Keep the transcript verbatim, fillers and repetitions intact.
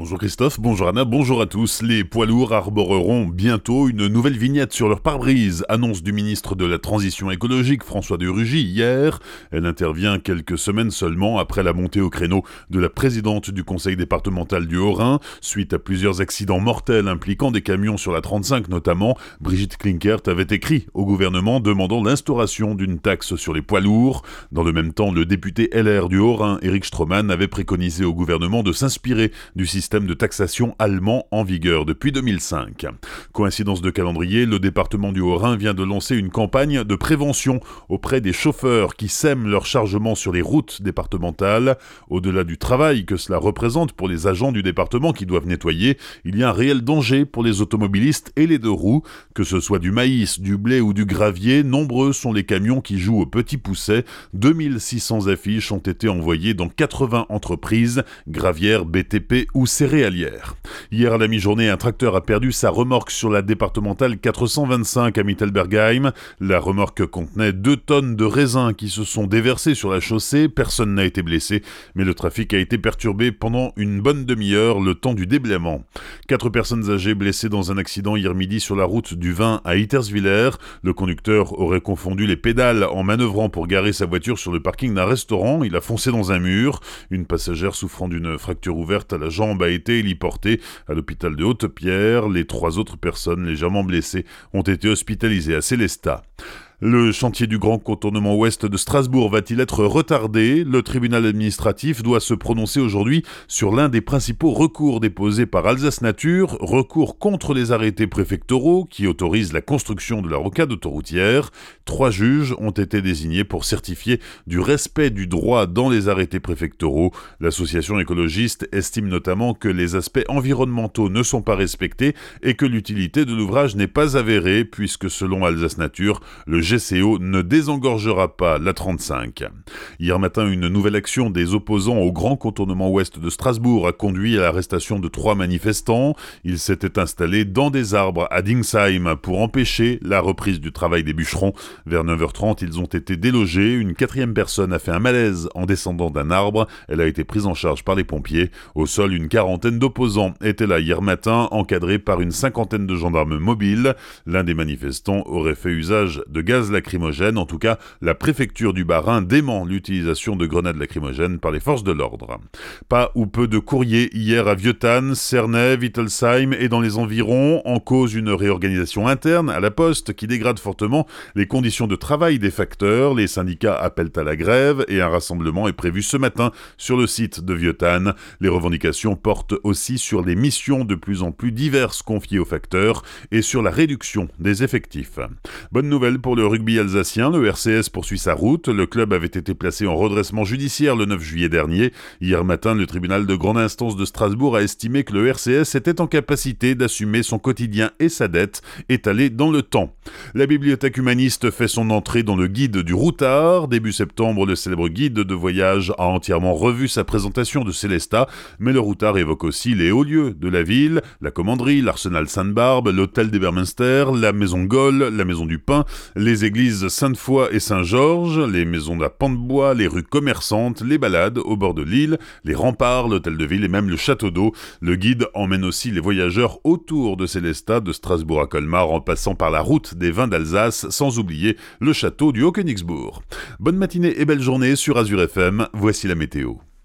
Bonjour Christophe, bonjour Anna, bonjour à tous. Les poids lourds arboreront bientôt une nouvelle vignette sur leur pare-brise, annonce du ministre de la Transition écologique François de Rugy hier. Elle intervient quelques semaines seulement après la montée au créneau de la présidente du conseil départemental du Haut-Rhin. Suite à plusieurs accidents mortels impliquant des camions sur la trente-cinq notamment, Brigitte Klinkert avait écrit au gouvernement demandant l'instauration d'une taxe sur les poids lourds. Dans le même temps, le député L R du Haut-Rhin, Éric Stroman, avait préconisé au gouvernement de s'inspirer du système système de taxation allemand en vigueur depuis deux mille cinq. Coïncidence de calendrier, le département du Haut-Rhin vient de lancer une campagne de prévention auprès des chauffeurs qui sèment leur chargement sur les routes départementales. Au-delà du travail que cela représente pour les agents du département qui doivent nettoyer, il y a un réel danger pour les automobilistes et les deux roues. Que ce soit du maïs, du blé ou du gravier, nombreux sont les camions qui jouent au petit pousset. deux mille six cents affiches ont été envoyées dans quatre-vingts entreprises, gravières, B T P ou céréalières. Hier à la mi-journée, un tracteur a perdu sa remorque sur la départementale quatre cent vingt-cinq à Mittelbergheim. La remorque contenait deux tonnes de raisins qui se sont déversés sur la chaussée. Personne n'a été blessé, mais le trafic a été perturbé pendant une bonne demi-heure, le temps du déblaiement. Quatre personnes âgées blessées dans un accident hier midi sur la route du Vin à Hitterswiller. Le conducteur aurait confondu les pédales en manœuvrant pour garer sa voiture sur le parking d'un restaurant. Il a foncé dans un mur. Une passagère souffrant d'une fracture ouverte à la jambe a été héliportée à l'hôpital de Haute-Pierre. Les trois autres personnes légèrement blessées ont été hospitalisées à Célestat. Le chantier du grand contournement ouest de Strasbourg va-t-il être retardé ? Le tribunal administratif doit se prononcer aujourd'hui sur l'un des principaux recours déposés par Alsace Nature, recours contre les arrêtés préfectoraux qui autorisent la construction de la rocade autoroutière. Trois juges ont été désignés pour certifier du respect du droit dans les arrêtés préfectoraux. L'association écologiste estime notamment que les aspects environnementaux ne sont pas respectés et que l'utilité de l'ouvrage n'est pas avérée puisque selon Alsace Nature, le G C O ne désengorgera pas la trente-cinq. Hier matin, une nouvelle action des opposants au grand contournement ouest de Strasbourg a conduit à l'arrestation de trois manifestants. Ils s'étaient installés dans des arbres à Dingsheim pour empêcher la reprise du travail des bûcherons. Vers neuf heures trente, ils ont été délogés. Une quatrième personne a fait un malaise en descendant d'un arbre. Elle a été prise en charge par les pompiers. Au sol, une quarantaine d'opposants étaient là hier matin, encadrés par une cinquantaine de gendarmes mobiles. L'un des manifestants aurait fait usage de gaz lacrymogène. En tout cas, la préfecture du Bas-Rhin dément l'utilisation de grenades lacrymogènes par les forces de l'ordre. Pas ou peu de courriers hier à Vieuxtanne, Cernay, Wittelsheim et dans les environs, en cause une réorganisation interne à la Poste qui dégrade fortement les conditions de travail des facteurs. Les syndicats appellent à la grève et un rassemblement est prévu ce matin sur le site de Vieuxtanne. Les revendications portent aussi sur les missions de plus en plus diverses confiées aux facteurs et sur la réduction des effectifs. Bonne nouvelle pour le rugby alsacien, le R C S poursuit sa route. Le club avait été placé en redressement judiciaire le neuf juillet dernier. Hier matin, le tribunal de grande instance de Strasbourg a estimé que le R C S était en capacité d'assumer son quotidien et sa dette étalée dans le temps. La bibliothèque humaniste fait son entrée dans le guide du routard. Début septembre, le célèbre guide de voyage a entièrement revu sa présentation de Célestat, mais le routard évoque aussi les hauts lieux de la ville, la commanderie, l'arsenal Sainte-Barbe, l'hôtel des Berminster, la maison Gaulle, la maison du Pain, les églises Sainte-Foy et Saint-Georges, les maisons à pans de bois, les rues commerçantes, les balades au bord de l'île, les remparts, l'hôtel de ville et même le château d'eau. Le guide emmène aussi les voyageurs autour de Célestat, de Strasbourg à Colmar, en passant par la route des vins d'Alsace, sans oublier le château du Haut-Königsbourg. Bonne matinée et belle journée sur Azure F M, voici la météo.